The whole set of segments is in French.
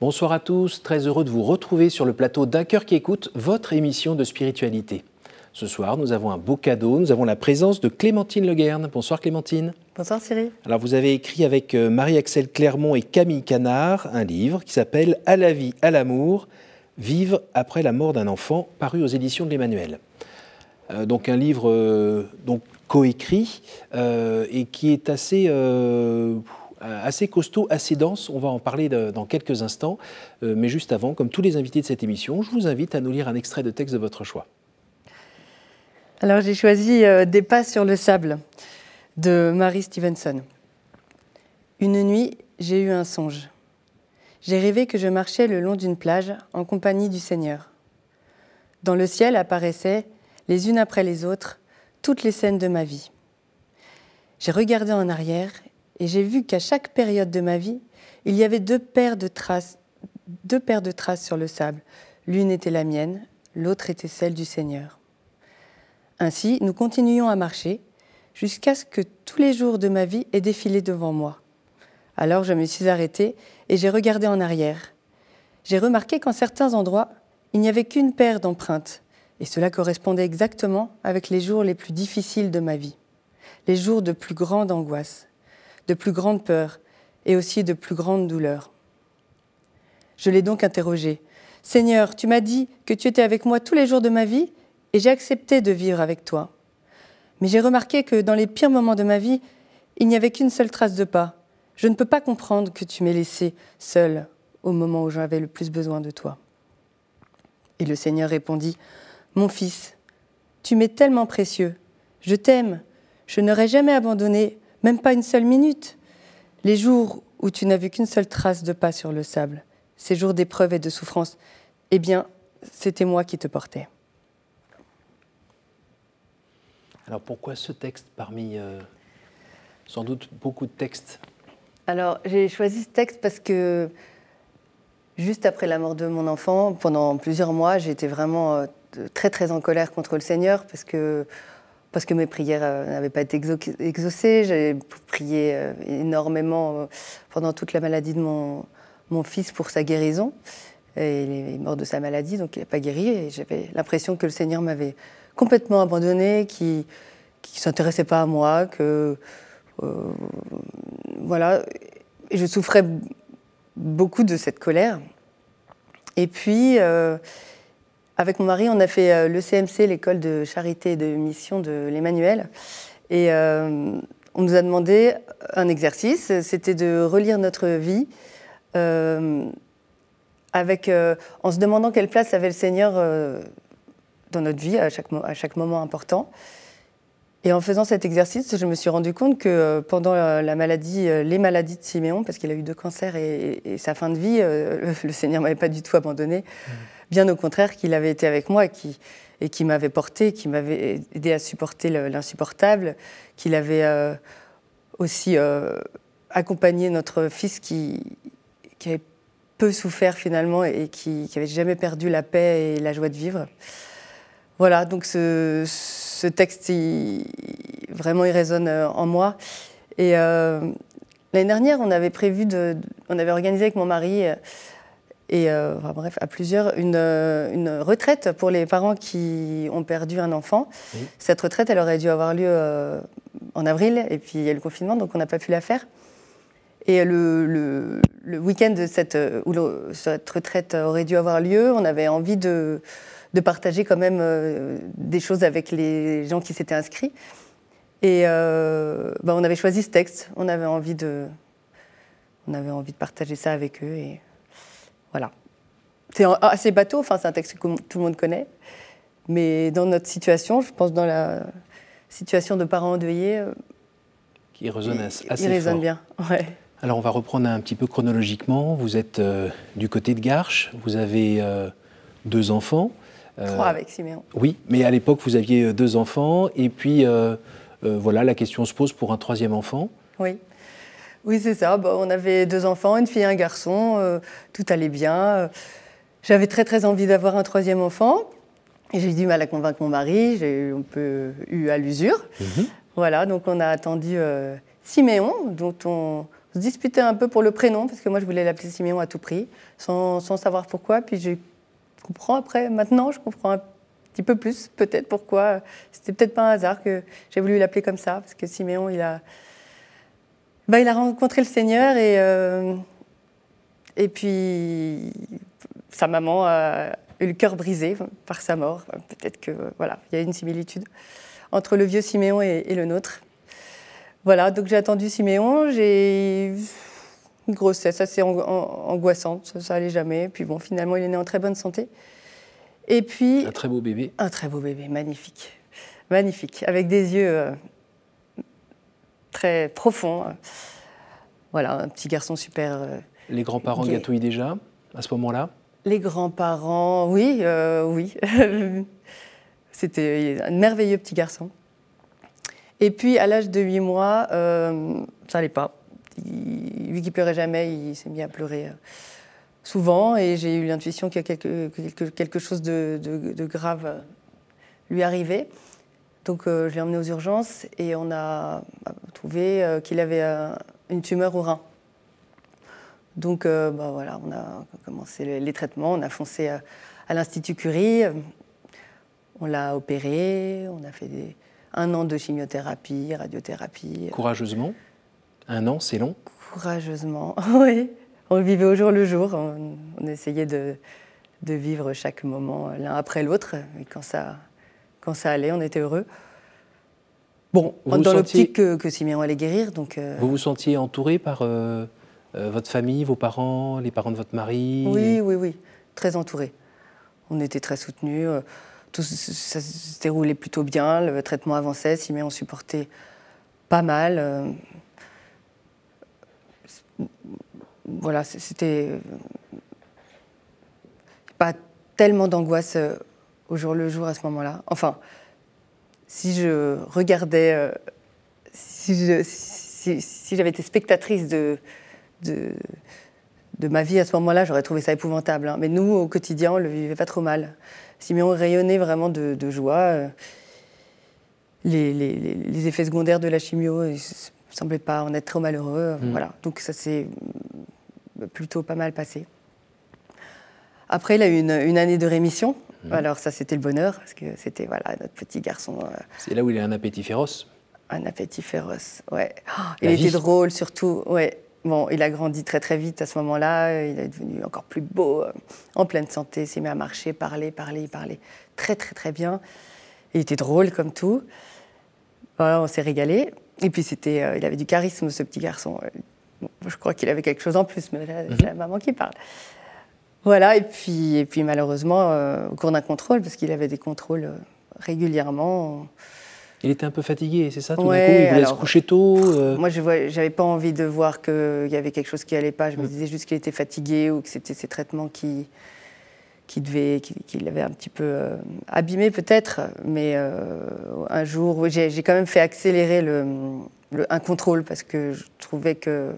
Bonsoir à tous, très heureux de vous retrouver sur le plateau d'Un cœur qui écoute, votre émission de spiritualité. Ce soir, nous avons un beau cadeau, nous avons la présence de Clémentine Leguerne. Bonsoir Clémentine. Bonsoir Cyril. Alors vous avez écrit avec Marie-Axelle Clermont et Camille Canard un livre qui s'appelle « À la vie, à l'amour, vivre après la mort d'un enfant », paru aux éditions de l'Emmanuel. Donc un livre coécrit et qui est assez costaud, assez dense. On va en parler dans quelques instants. Mais juste avant, comme tous les invités de cette émission, je vous invite à nous lire un extrait de texte de votre choix. Alors j'ai choisi Des pas sur le sable de Mary Stevenson. Une nuit, j'ai eu un songe. J'ai rêvé que je marchais le long d'une plage en compagnie du Seigneur. Dans le ciel apparaissaient, les unes après les autres, toutes les scènes de ma vie. J'ai regardé en arrière et j'ai vu qu'à chaque période de ma vie, il y avait deux paires de traces sur le sable. L'une était la mienne, l'autre était celle du Seigneur. Ainsi, nous continuions à marcher jusqu'à ce que tous les jours de ma vie aient défilé devant moi. Alors je me suis arrêtée et j'ai regardé en arrière. J'ai remarqué qu'en certains endroits, il n'y avait qu'une paire d'empreintes. Et cela correspondait exactement avec les jours les plus difficiles de ma vie. Les jours de plus grande angoisse, de plus grande peur et aussi de plus grande douleur. Je l'ai donc interrogé. « Seigneur, tu m'as dit que tu étais avec moi tous les jours de ma vie et j'ai accepté de vivre avec toi. Mais j'ai remarqué que dans les pires moments de ma vie, il n'y avait qu'une seule trace de pas. Je ne peux pas comprendre que tu m'aies laissé seule au moment où j'avais le plus besoin de toi. » Et le Seigneur répondit « Mon fils, tu m'es tellement précieux. Je t'aime. Je n'aurais jamais abandonné, même pas une seule minute. Les jours où tu n'as vu qu'une seule trace de pas sur le sable, ces jours d'épreuve et de souffrance, eh bien, c'était moi qui te portais. » Alors pourquoi ce texte parmi sans doute beaucoup de textes ? Alors j'ai choisi ce texte parce que juste après la mort de mon enfant, pendant plusieurs mois, j'étais vraiment très très en colère contre le Seigneur parce que mes prières n'avaient pas été exaucées. J'avais prié énormément pendant toute la maladie de mon fils pour sa guérison. Et il est mort de sa maladie, donc il n'a pas guéri. Et j'avais l'impression que le Seigneur m'avait complètement abandonnée, qu'il ne s'intéressait pas à moi, que... voilà. Et je souffrais beaucoup de cette colère. Et puis... avec mon mari, on a fait le CMC, l'école de charité et de mission de l'Emmanuel. Et on nous a demandé un exercice, c'était de relire notre vie en se demandant quelle place avait le Seigneur dans notre vie à chaque moment important. Et en faisant cet exercice, je me suis rendu compte que pendant les maladies de Siméon, parce qu'il a eu 2 cancers et sa fin de vie, le Seigneur ne m'avait pas du tout abandonné. Bien au contraire, qu'il avait été avec moi et qui m'avait porté, qui m'avait aidé à supporter l'insupportable, qu'il avait aussi accompagné notre fils qui avait peu souffert finalement et qui n'avait jamais perdu la paix et la joie de vivre. Voilà, donc ce texte, vraiment, il résonne en moi. Et l'année dernière, on avait organisé avec mon mari... à plusieurs, une retraite pour les parents qui ont perdu un enfant. Oui. Cette retraite, elle aurait dû avoir lieu en avril, et puis il y a le confinement, donc on n'a pas pu la faire. Et le week-end où cette retraite aurait dû avoir lieu, on avait envie de partager quand même des choses avec les gens qui s'étaient inscrits. Et on avait choisi ce texte, on avait envie de partager ça avec eux. Et voilà. C'est assez bateau, enfin, c'est un texte que tout le monde connaît. Mais dans notre situation, je pense dans la situation de parents endeuillés... qui résonne assez fort. Il résonne bien, ouais. Alors, on va reprendre un petit peu chronologiquement. Vous êtes du côté de Garches, vous avez 2 enfants. 3 avec Siméon. Oui, mais à l'époque, vous aviez 2 enfants. Et puis, voilà, la question se pose pour un 3e enfant. Oui. Oui, c'est ça. On avait 2 enfants, une fille et un garçon. Tout allait bien. J'avais très, très envie d'avoir un 3e enfant. Et j'ai eu du mal à convaincre mon mari. J'ai eu un peu eu à l'usure. Voilà, donc on a attendu Siméon, dont se disputait un peu pour le prénom, parce que moi, je voulais l'appeler Siméon à tout prix, sans savoir pourquoi. Puis je comprends après, maintenant, je comprends un petit peu plus, peut-être pourquoi. C'était peut-être pas un hasard que j'ai voulu l'appeler comme ça, parce que Siméon, il a rencontré le Seigneur et puis sa maman a eu le cœur brisé par sa mort. Peut-être que voilà, il y a une similitude entre le vieux Siméon et le nôtre. Voilà, donc j'ai attendu Siméon, j'ai une grossesse assez angoissante, ça allait jamais. Puis bon, finalement, il est né en très bonne santé. Et puis un très beau bébé. Un très beau bébé, magnifique, magnifique, avec des yeux très profonds. Voilà, un petit garçon super. Les grands-parents gâtouillent déjà à ce moment-là? Les grands-parents, oui, oui. C'était un merveilleux petit garçon. Et puis, à l'âge de 8 mois, ça n'allait pas. Lui qui pleurait jamais, il s'est mis à pleurer souvent. Et j'ai eu l'intuition qu'il y a quelque chose de grave lui arrivait. Donc, je l'ai emmené aux urgences et on a trouvé qu'il avait une tumeur au rein. Donc, voilà, on a commencé les traitements, on a foncé à l'Institut Curie, on l'a opéré, on a fait 1 an de chimiothérapie, radiothérapie. Courageusement. 1 an, c'est long. Courageusement, oui. On le vivait au jour le jour, on essayait de vivre chaque moment l'un après l'autre. Et quand ça allait, on était heureux. Bon, dans l'optique que Siméon allait guérir. Donc, Vous vous sentiez entouré par votre famille, vos parents, les parents de votre mari? Oui, très entouré. On était très soutenus. Tout ça se déroulait plutôt bien. Le traitement avançait. Siméon supportait pas mal. Voilà, c'était pas tellement d'angoisse au jour le jour à ce moment-là. Enfin, si je regardais, si j'avais été spectatrice de ma vie à ce moment-là, j'aurais trouvé ça épouvantable. Hein. Mais nous, au quotidien, on le vivait pas trop mal. Siméon rayonnait vraiment de joie. Les effets secondaires de la chimio, il ne semblait pas en être trop malheureux. Voilà. Donc ça s'est plutôt pas mal passé. Après, il a eu une année de rémission. Alors ça, c'était le bonheur, parce que c'était notre petit garçon. C'est là où il a un appétit féroce. Un appétit féroce, ouais. Il était drôle, surtout, ouais. Bon, il a grandi très très vite à ce moment-là. Il est devenu encore plus beau, en pleine santé. Il s'est mis à marcher, parler. Il parlait très très très bien. Il était drôle comme tout. Voilà, on s'est régalé. Et puis il avait du charisme, ce petit garçon. Bon, je crois qu'il avait quelque chose en plus, mais là, c'est la maman qui parle. Voilà, et puis malheureusement, au cours d'un contrôle, parce qu'il avait des contrôles régulièrement. Il était un peu fatigué, c'est ça? Tout d'un coup, il voulait se coucher tôt. Moi, j'avais pas envie de voir qu'il y avait quelque chose qui allait pas. Je me disais juste qu'il était fatigué ou que c'était ses traitements qui l'avaient un petit peu abîmé peut-être. Mais un jour, j'ai quand même fait accélérer un contrôle parce que je trouvais que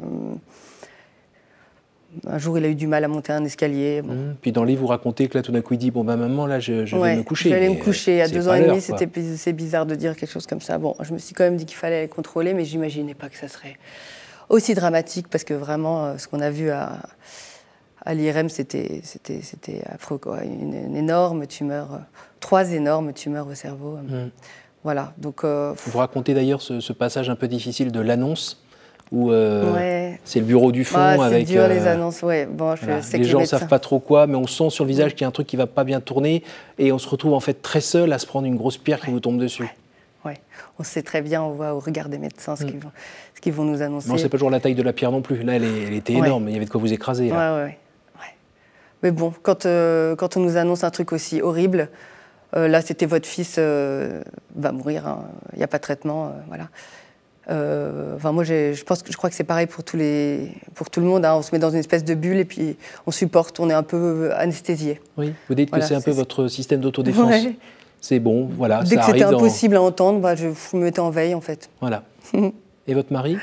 un jour, il a eu du mal à monter un escalier. Bon. Puis dans le livre, vous racontez que là, tout d'un coup, il dit « Bon, maman, là, je vais me coucher. » J'allais me coucher. À 2 ans et demi, c'est bizarre de dire quelque chose comme ça. Bon, je me suis quand même dit qu'il fallait aller contrôler, mais j'imaginais pas que ça serait aussi dramatique, parce que vraiment, ce qu'on a vu à l'IRM, c'était affreux, quoi. Une énorme tumeur, 3 énormes tumeurs au cerveau. Voilà, donc... Vous racontez d'ailleurs ce passage un peu difficile de l'annonce, où c'est le bureau du fond avec... C'est dur, les annonces, ouais. Bon, je sais les gens ne savent pas trop quoi, mais on sent sur le visage qu'il y a un truc qui ne va pas bien tourner, et on se retrouve en fait très seul à se prendre une grosse pierre qui vous tombe dessus. Ouais. On sait très bien, on voit au regard des médecins ce qu'ils vont nous annoncer. Mais on ne sait pas toujours la taille de la pierre non plus. Là, elle était énorme, il y avait de quoi vous écraser. Là. Ouais. Mais bon, quand on nous annonce un truc aussi horrible, là, c'était votre fils va mourir, hein. Il n'y a pas de traitement, voilà. Moi, je crois que c'est pareil pour tout le monde. Hein. On se met dans une espèce de bulle et puis on supporte, on est un peu anesthésié. Oui, vous dites que c'est un peu votre système d'autodéfense. Ouais. C'est bon, voilà. Dès que c'était impossible à entendre, je me mettais en veille, en fait. Voilà. Et votre mari?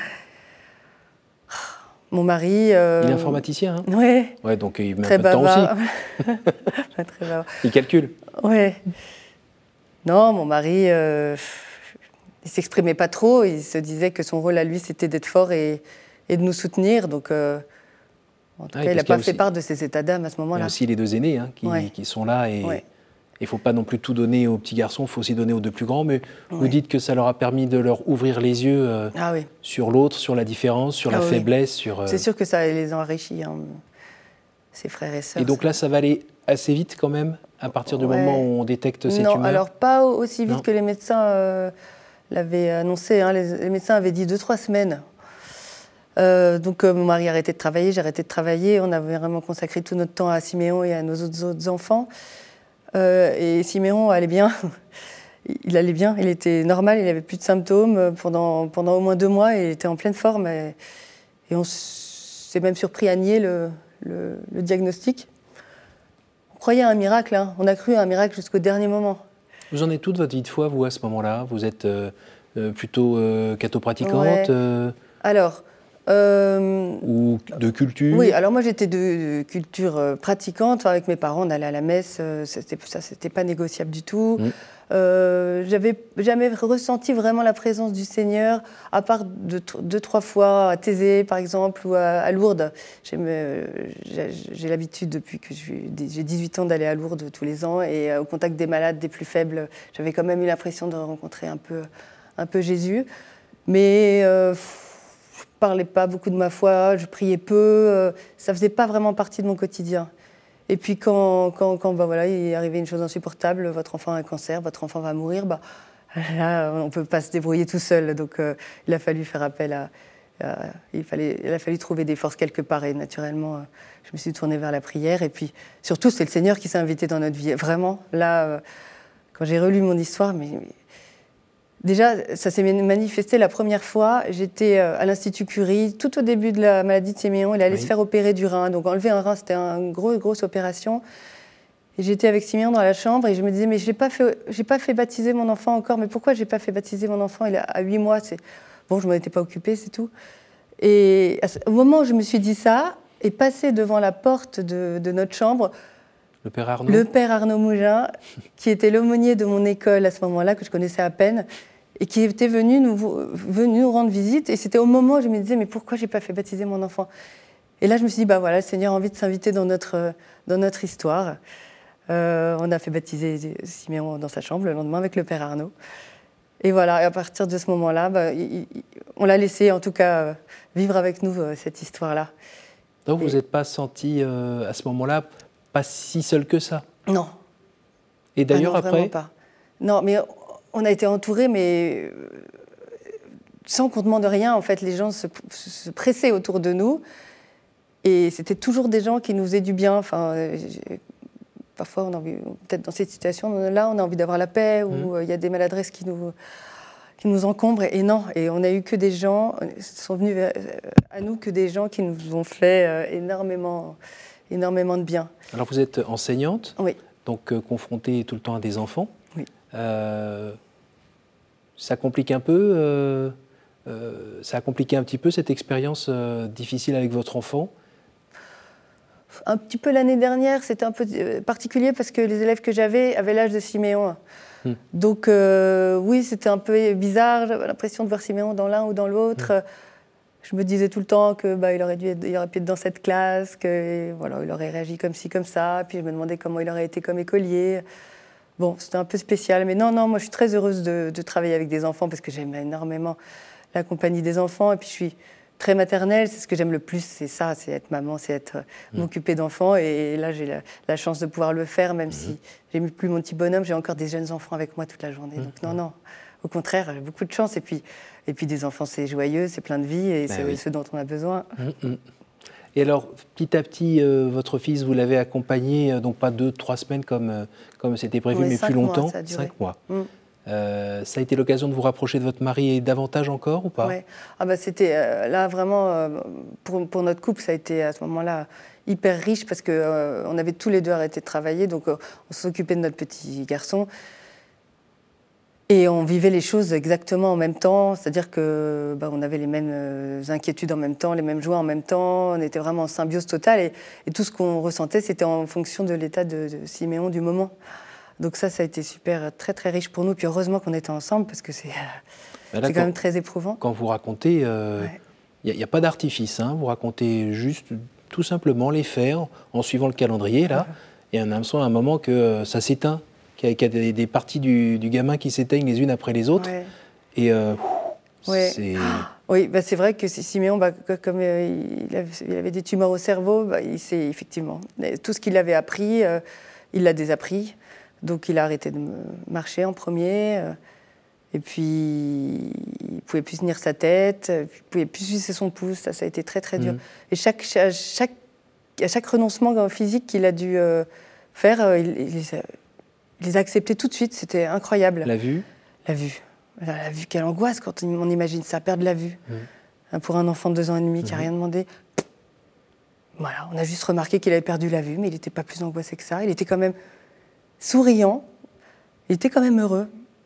Mon mari... Il est informaticien, hein? Oui. Ouais, donc il met un peu de temps aussi. Très bavard. Il calcule. Oui. Non, mon mari... il s'exprimait pas trop, il se disait que son rôle à lui, c'était d'être fort et et de nous soutenir. Donc, en tout cas, il n'a pas fait part de ses états d'âme à ce moment-là. Il y a aussi les deux aînés qui sont là. Et il ne faut pas non plus tout donner aux petits garçons, il faut aussi donner aux deux plus grands. Mais vous dites que ça leur a permis de leur ouvrir les yeux sur l'autre, sur la différence, sur la faiblesse. C'est sûr que ça les enrichit, ses frères et sœurs. Et donc là, ça va aller assez vite quand même, à partir du moment où on détecte cette tumeur? Non, alors pas aussi vite que les médecins l'avaient annoncé. Les médecins avaient dit 2-3 semaines. Donc mon mari a arrêté de travailler, j'ai arrêté de travailler. On avait vraiment consacré tout notre temps à Siméon et à nos autres enfants. Et Siméon allait bien. Il allait bien, il était normal, il n'avait plus de symptômes pendant au moins 2 mois. Et il était en pleine forme. Et on s'est même surpris à nier le diagnostic. On croyait à un miracle, on a cru à un miracle jusqu'au dernier moment. Vous en êtes toute votre vie de foi, vous, à ce moment-là? Vous êtes plutôt catho-pratiquante Alors... ou de culture? Oui, alors moi j'étais de culture pratiquante. Avec mes parents, on allait à la messe, c'était pas négociable du tout. J'avais jamais ressenti vraiment la présence du Seigneur, à part 2-3 fois à Thésée, par exemple, ou à Lourdes. J'ai l'habitude, depuis que j'ai 18 ans, d'aller à Lourdes tous les ans, et au contact des malades, des plus faibles, j'avais quand même eu l'impression de rencontrer un peu Jésus. Mais je parlais pas beaucoup de ma foi, je priais peu, ça faisait pas vraiment partie de mon quotidien. Et puis quand il est arrivé une chose insupportable, votre enfant a un cancer, votre enfant va mourir, là on peut pas se débrouiller tout seul. Donc il a fallu faire appel il a fallu trouver des forces quelque part. Et naturellement, je me suis tournée vers la prière. Et puis surtout, c'est le Seigneur qui s'est invité dans notre vie. Vraiment, là, quand j'ai relu mon histoire, déjà, ça s'est manifesté la première fois. J'étais à l'Institut Curie, tout au début de la maladie de Siméon. Il allait se faire opérer du rein. Donc enlever un rein, c'était une grosse opération. Et j'étais avec Siméon dans la chambre et je me disais, mais j'ai pas fait baptiser mon enfant encore. Mais pourquoi j'ai pas fait baptiser mon enfant? Il a 8 mois. Bon, je m'en étais pas occupée, c'est tout. Et au moment où je me suis dit ça, et passé devant la porte de notre chambre, le père Arnaud Mougin, qui était l'aumônier de mon école à ce moment-là, que je connaissais à peine, et qui était venu nous rendre visite. Et c'était au moment où je me disais, mais pourquoi j'ai pas fait baptiser mon enfant? Et là, je me suis dit, voilà, le Seigneur a envie de s'inviter dans notre histoire. On a fait baptiser Siméon dans sa chambre le lendemain avec le père Arnaud. Et voilà, et à partir de ce moment-là, on l'a laissé, en tout cas, vivre avec nous cette histoire-là. Donc vous n'êtes pas senti, à ce moment-là, pas si seul que ça? Non. Et d'ailleurs, non, vraiment pas. Non, mais on a été entourés, mais sans qu'on demande rien. En fait, les gens se pressaient autour de nous. Et c'était toujours des gens qui nous faisaient du bien. Enfin, parfois, on a envie, peut-être dans cette situation-là, on a envie d'avoir la paix, ou il y a des maladresses qui nous encombrent. Et non, et on a eu que des gens, sont venus à nous que des gens qui nous ont fait énormément de bien. Alors vous êtes enseignante, oui. Donc confrontée tout le temps à des enfants. Oui. Ça complique un peu, ça a compliqué un petit peu cette expérience difficile avec votre enfant? Un petit peu l'année dernière, c'était un peu particulier parce que les élèves que j'avais avaient l'âge de Siméon. Donc oui, c'était un peu bizarre, j'avais l'impression de voir Siméon dans l'un ou dans l'autre. Je me disais tout le temps que il aurait pu être dans cette classe, que voilà, il aurait réagi comme ci, comme ça. Puis je me demandais comment il aurait été comme écolier. Bon, c'était un peu spécial, mais non, moi je suis très heureuse de travailler avec des enfants parce que j'aime énormément la compagnie des enfants. Et puis je suis très maternelle, c'est ce que j'aime le plus, c'est ça, c'est être maman, c'est m'occuper d'enfants. Et là, j'ai la chance de pouvoir le faire, même si j'ai plus mon petit bonhomme, j'ai encore des jeunes enfants avec moi toute la journée. Donc non, au contraire, j'ai beaucoup de chance. Et puis des enfants, c'est joyeux, c'est plein de vie, et c'est ce dont on a besoin. Et alors, petit à petit, votre fils, vous l'avez accompagné, donc pas 2-3 semaines comme c'était prévu, mais plus longtemps, 5 mois. Ça a été l'occasion de vous rapprocher de votre mari davantage encore ou pas? Oui, c'était là vraiment, pour notre couple, ça a été à ce moment-là hyper riche parce qu'on avait tous les deux arrêté de travailler, donc on s'occupait de notre petit garçon. Et on vivait les choses exactement en même temps, c'est-à-dire que on avait les mêmes inquiétudes en même temps, les mêmes joies en même temps, on était vraiment en symbiose totale et tout ce qu'on ressentait, c'était en fonction de l'état de Siméon du moment. Donc ça a été super, très très riche pour nous, puis heureusement qu'on était ensemble parce que c'est quand même très éprouvant. Quand vous racontez, Il n'y a pas d'artifice, hein. Vous racontez juste tout simplement les faits en suivant le calendrier, là. Et on a l'impression à un moment que ça s'éteint, qu'il y a des parties du gamin qui s'éteignent les unes après les autres. Ouais. Et c'est... Oui, c'est vrai que Siméon, comme il avait des tumeurs au cerveau, il s'est effectivement... Tout ce qu'il avait appris, il l'a désappris. Donc il a arrêté de marcher en premier. Et puis, il ne pouvait plus tenir sa tête, il ne pouvait plus sucer son pouce. Ça a été très, très dur. Et à chaque renoncement physique qu'il a dû faire, il les a acceptés tout de suite. C'était incroyable. La vue ? La vue, quelle angoisse quand on imagine ça, perdre la vue. Pour un enfant de 2 ans et demi qui n'a rien demandé. Voilà, on a juste remarqué qu'il avait perdu la vue, mais il n'était pas plus angoissé que ça. Il était quand même souriant, il était quand même heureux.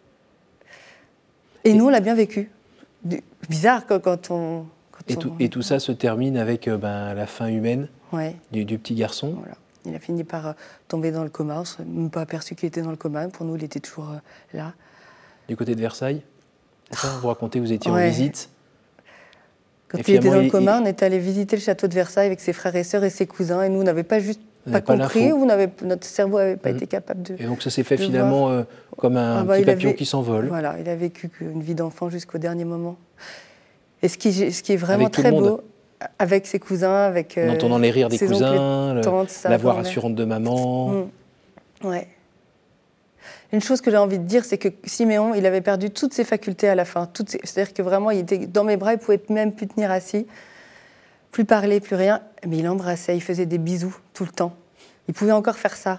Et nous, on l'a bien vécu. Bizarre quand on... Et tout ça se termine avec la fin humaine du petit garçon. Voilà. Il a fini par tomber dans le coma. On ne s'est même pas aperçu qu'il était dans le coma. Pour nous, il était toujours là. Du côté de Versailles, ça, vous racontez, vous étiez en visite. Quand il était dans le coma, on est allé visiter le château de Versailles avec ses frères et sœurs et ses cousins. Et nous, on n'avait pas compris, ou notre cerveau n'avait pas été capable de... Et donc ça s'est fait finalement comme un petit papillon qui s'envole. Voilà, il a vécu une vie d'enfant jusqu'au dernier moment. Et ce qui est vraiment très beau, avec ses cousins, avec en entendant les rires des cousins, la voix rassurante de maman. Ouais. Une chose que j'ai envie de dire, c'est que Siméon, il avait perdu toutes ses facultés à la fin. C'est-à-dire que vraiment, il était dans mes bras, il ne pouvait même plus tenir assis. Plus parler, plus rien, mais il embrassait, il faisait des bisous tout le temps. Il pouvait encore faire ça.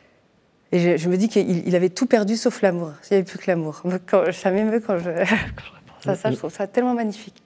Et je me dis qu'il avait tout perdu sauf l'amour. Il n'y avait plus que l'amour. Ça m'émeut quand je repense à ça, je trouve ça tellement magnifique.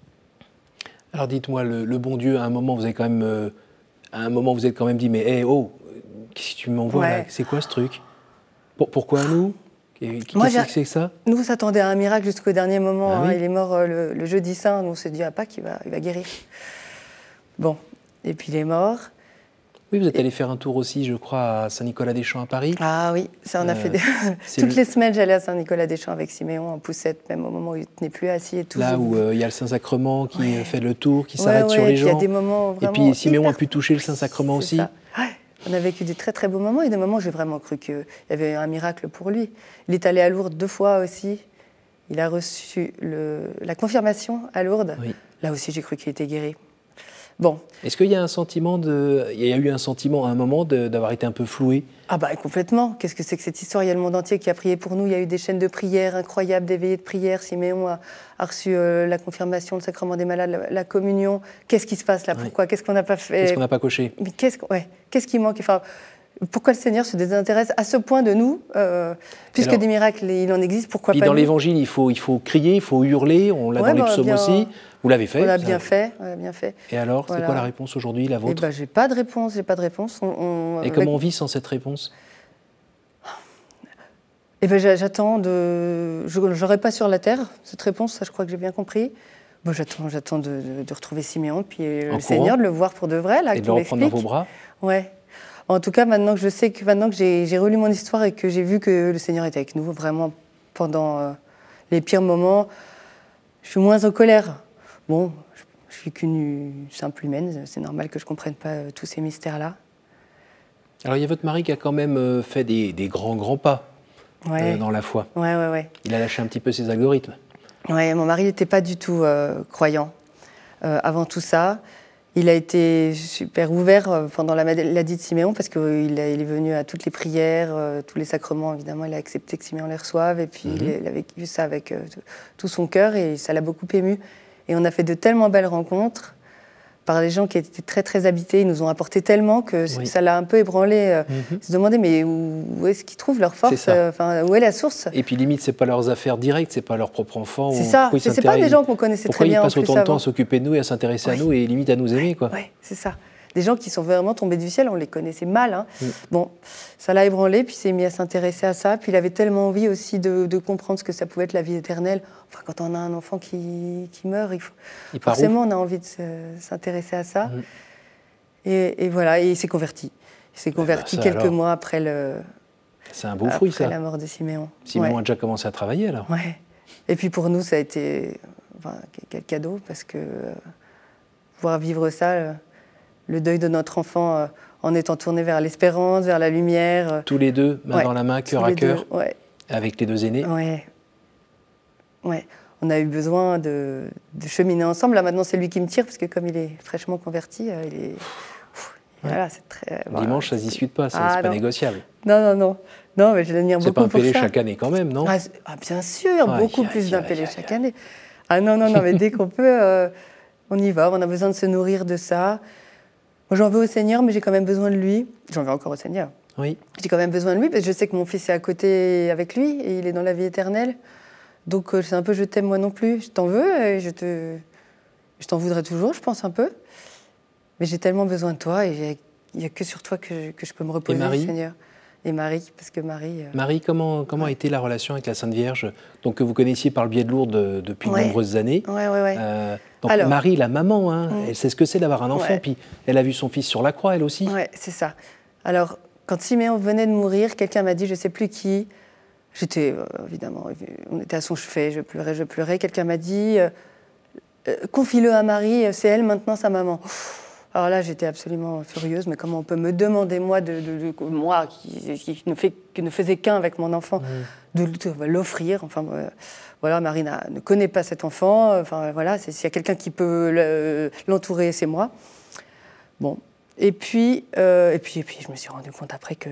Alors dites-moi, le bon Dieu, à un moment, vous avez quand même, dit, mais hey, qu'est-ce que tu m'envoies là ? C'est quoi ce truc ? Pourquoi nous ? Qu'est-ce que c'est que ça ? Nous, on s'attendait à un miracle jusqu'au dernier moment. Il est mort le jeudi saint. Nous, on s'est dit à Pâques, il va guérir. Bon, et puis il est mort. Oui, vous êtes allé faire un tour aussi, je crois, à Saint-Nicolas-des-Champs à Paris. Ah oui, ça on a fait toutes les semaines, j'allais à Saint-Nicolas-des-Champs avec Siméon en poussette, même au moment où il ne tenait plus assis et tout. Là où il y a le Saint-Sacrement qui fait le tour, qui s'arrête sur les gens. Il y a des moments vraiment... Et puis Siméon a pu toucher le Saint-Sacrement aussi. Ça. Ouais. On a vécu des très très beaux moments et des moments où j'ai vraiment cru qu'il y avait un miracle pour lui. Il est allé à Lourdes 2 fois aussi. Il a reçu la confirmation à Lourdes. Oui. Là aussi, j'ai cru qu'il était guéri. Bon. Est-ce qu'il y a eu un sentiment à un moment d'avoir été un peu floué ? Ah complètement. Qu'est-ce que c'est que cette histoire ? Il y a le monde entier qui a prié pour nous. Il y a eu des chaînes de prière incroyables, des veillées de prière. Siméon a reçu la confirmation, le sacrement des malades, la communion. Qu'est-ce qui se passe là ? Pourquoi ? Qu'est-ce qu'on n'a pas fait ? Qu'est-ce qu'on n'a pas coché ? Mais qu'est-ce qui manque ? Enfin, pourquoi le Seigneur se désintéresse à ce point de nous ? Puisque des miracles, il en existe, pourquoi pas dans l'Évangile, il faut crier, il faut hurler. On l'a dans les psaumes aussi. Vous l'avez fait ? On l'a bien fait. Et alors, c'est quoi la réponse aujourd'hui, la vôtre ? J'ai pas de réponse. Et comment on vit sans cette réponse ? J'attends je n'aurai pas sur la terre cette réponse, ça je crois que j'ai bien compris. J'attends de retrouver Siméon, puis le Seigneur, de le voir pour de vrai. Là, et de le reprendre dans vos bras ? Ouais. En tout cas, maintenant que j'ai relu mon histoire et que j'ai vu que le Seigneur était avec nous, vraiment, pendant les pires moments, je suis moins en colère. Bon, je suis qu'une simple humaine, c'est normal que je ne comprenne pas tous ces mystères-là. Alors, il y a votre mari qui a quand même fait des grands pas dans la foi. Ouais. Il a lâché un petit peu ses algorithmes. Ouais, mon mari n'était pas du tout croyant avant tout ça. Il a été super ouvert pendant la maladie de Siméon parce qu'il est venu à toutes les prières, tous les sacrements, évidemment. Il a accepté que Siméon les reçoive et puis il a vécu ça avec tout son cœur et ça l'a beaucoup ému. Et on a fait de tellement belles rencontres par des gens qui étaient très, très habités. Ils nous ont apporté tellement que ça l'a un peu ébranlé. Ils se demandaient, mais où est-ce qu'ils trouvent leur force ? Où est la source ? Et puis limite, c'est pas leurs affaires directes, c'est pas leur propre enfant. C'est ça, c'est pas des gens qu'on connaissait très bien. Pourquoi ils passent autant de temps à s'occuper de nous et à s'intéresser à nous et limite à nous aimer, quoi. Oui, c'est ça. Des gens qui sont vraiment tombés du ciel, on les connaissait mal. Hein. Bon, ça l'a ébranlé, puis il s'est mis à s'intéresser à ça. Puis il avait tellement envie aussi de comprendre ce que ça pouvait être la vie éternelle. Enfin, quand on a un enfant qui meurt, forcément on a envie de s'intéresser à ça. Et voilà, et il s'est converti. Il s'est converti quelques mois après c'est un beau fruit, ça. La mort de Siméon. Siméon a déjà commencé à travailler, alors. Ouais. Et puis pour nous, ça a été enfin, quel cadeau, parce que pouvoir vivre ça, le deuil de notre enfant en étant tourné vers l'espérance, vers la lumière. Tous les deux, main ouais, dans la main, cœur à cœur, ouais. avec les deux aînés. Ouais. Ouais. On a eu besoin de cheminer ensemble. Là, maintenant, c'est lui qui me tire, parce que comme il est fraîchement converti, il est... Voilà, c'est très... Dimanche, ça ne se discute pas, c'est pas négociable. Non, mais je l'admire beaucoup pour ça. C'est pas un Pélé chaque année quand même, non? Bien sûr, beaucoup plus d'un Pélé chaque année. Ah non, mais dès qu'on peut, on y va. On a besoin de se nourrir de ça. Moi, j'en veux au Seigneur, mais j'ai quand même besoin de lui. J'en veux encore au Seigneur. Oui. J'ai quand même besoin de lui, parce que je sais que mon fils est à côté avec lui, et il est dans la vie éternelle. Donc, c'est un peu « je t'aime moi non plus ». Je t'en veux, et je t'en voudrais toujours, je pense, un peu. Mais j'ai tellement besoin de toi, et il n'y a que sur toi que je peux me reposer, Seigneur. Et Marie, parce que Marie... Marie, comment a été la relation avec la Sainte Vierge, donc, que vous connaissiez par le biais de Lourdes depuis de nombreuses années? Ouais. Donc alors, Marie, la maman, elle sait ce que c'est d'avoir un enfant, puis elle a vu son fils sur la croix, elle aussi. Oui, c'est ça. Alors, quand Siméon venait de mourir, quelqu'un m'a dit, je ne sais plus qui, j'étais, évidemment, on était à son chevet, je pleurais. Quelqu'un m'a dit, confie-le à Marie, c'est elle maintenant sa maman. Alors là, j'étais absolument furieuse, mais comment on peut me demander, moi, moi qui ne faisais qu'un avec mon enfant, de l'offrir. Enfin, voilà, Marie ne connaît pas cet enfant. Enfin, voilà, s'il y a quelqu'un qui peut l'entourer, c'est moi. Bon. Et puis, je me suis rendu compte après que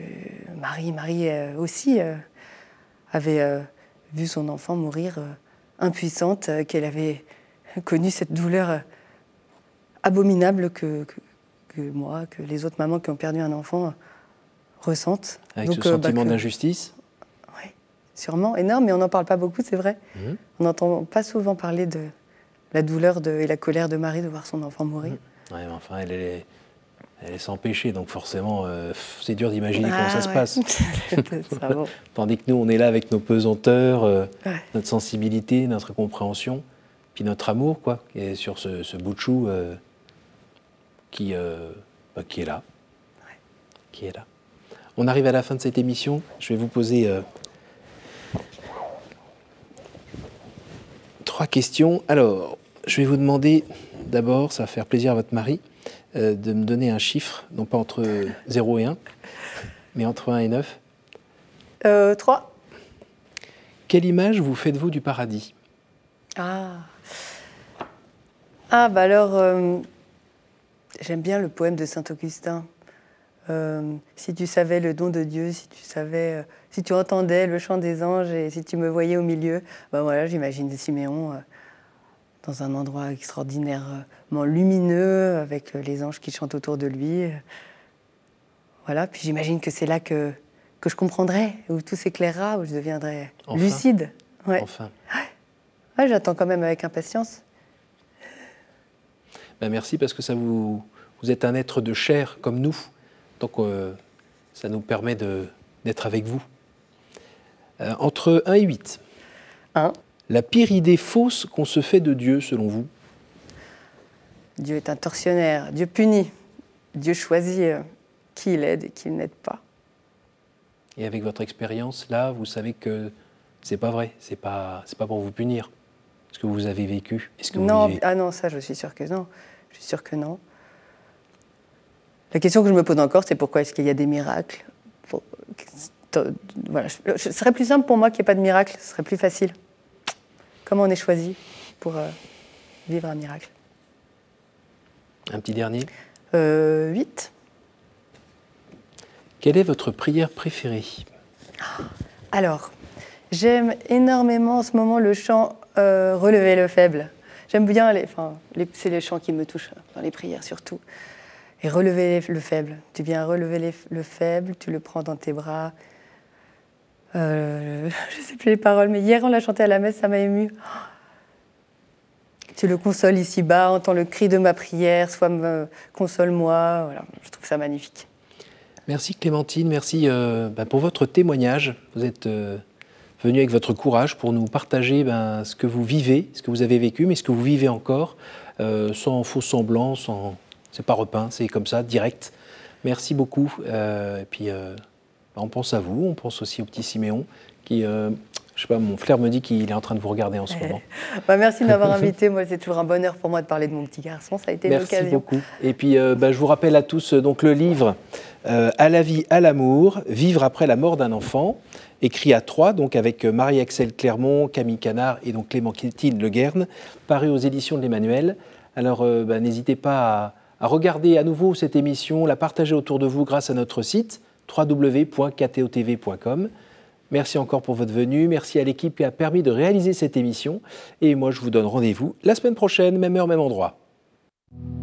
Marie aussi avait vu son enfant mourir impuissante, qu'elle avait connu cette douleur abominable que moi, que les autres mamans qui ont perdu un enfant ressentent. Avec donc, ce sentiment d'injustice. Oui, sûrement, énorme, mais on n'en parle pas beaucoup, c'est vrai. On n'entend pas souvent parler de la douleur et la colère de Marie de voir son enfant mourir. Oui, mais enfin, elle est sans péché, donc forcément, c'est dur d'imaginer comment ça se passe. Ça, bon. Tandis que nous, on est là avec nos pesanteurs, notre sensibilité, notre compréhension, puis notre amour, quoi, qui est sur ce bout de chou qui est là. Qui est là. On arrive à la fin de cette émission. Je vais vous poser 3 questions. Alors, je vais vous demander, d'abord, ça va faire plaisir à votre mari, de me donner un chiffre, non pas entre 0 et 1, mais entre 1 et 9. 3. Quelle image vous faites-vous du paradis? Bah alors, j'aime bien le poème de Saint-Augustin. Si tu savais le don de Dieu, si tu entendais le chant des anges et si tu me voyais au milieu, voilà, j'imagine Siméon dans un endroit extraordinairement lumineux, avec les anges qui chantent autour de lui. Voilà, puis j'imagine que c'est là que je comprendrai, où tout s'éclairera, où je deviendrai lucide. Ouais. Enfin. Ouais, j'attends quand même avec impatience. Merci, parce que vous êtes un être de chair comme nous, donc ça nous permet d'être avec vous. Entre 1 et 8. 1. La pire idée fausse qu'on se fait de Dieu, selon vous? Dieu est un tortionnaire, Dieu punit, Dieu choisit qui il aide et qui il n'aide pas. Et avec votre expérience, là, vous savez que c'est pas vrai, c'est pas pour vous punir. Ce que vous avez vécu, est-ce que vous vivez? Ah non, ça, je suis sûre que non. Je suis sûre que non. La question que je me pose encore, c'est pourquoi est-ce qu'il y a des miracles? Voilà, ce serait plus simple pour moi qu'il n'y ait pas de miracle, ce serait plus facile. Comment on est choisi pour vivre un miracle? Un petit dernier. 8. Quelle est votre prière préférée? Alors, j'aime énormément en ce moment le chant « Relever le faible ». J'aime bien, c'est les chants qui me touchent, dans les prières surtout. Et relever le faible. Tu viens relever le faible, tu le prends dans tes bras. Je ne sais plus les paroles, mais hier on l'a chanté à la messe, ça m'a émue. Tu le consoles ici-bas, entends le cri de ma prière, console-moi. Voilà, je trouve ça magnifique. Merci Clémentine, merci pour votre témoignage. Vous êtes venue avec votre courage pour nous partager ce que vous vivez, ce que vous avez vécu, mais ce que vous vivez encore, sans faux semblant, c'est pas repeint, c'est comme ça, direct. Merci beaucoup. Et puis, on pense à vous, on pense aussi au petit Siméon, qui Je sais pas, mon flair me dit qu'il est en train de vous regarder en ce moment. Merci de m'avoir invité. Moi, c'est toujours un bonheur pour moi de parler de mon petit garçon. Ça a été l'occasion. Merci beaucoup. Et puis, je vous rappelle à tous donc le livre À la vie, à l'amour, vivre après la mort d'un enfant, écrit à Troyes, donc avec Marie-Axelle Clermont, Camille Canard et donc Clémentine Le Guern, paru aux éditions de l'Emmanuel. Alors, n'hésitez pas à regarder à nouveau cette émission, la partager autour de vous grâce à notre site www.ktotv.com. Merci encore pour votre venue. Merci à l'équipe qui a permis de réaliser cette émission. Et moi, je vous donne rendez-vous la semaine prochaine, même heure, même endroit.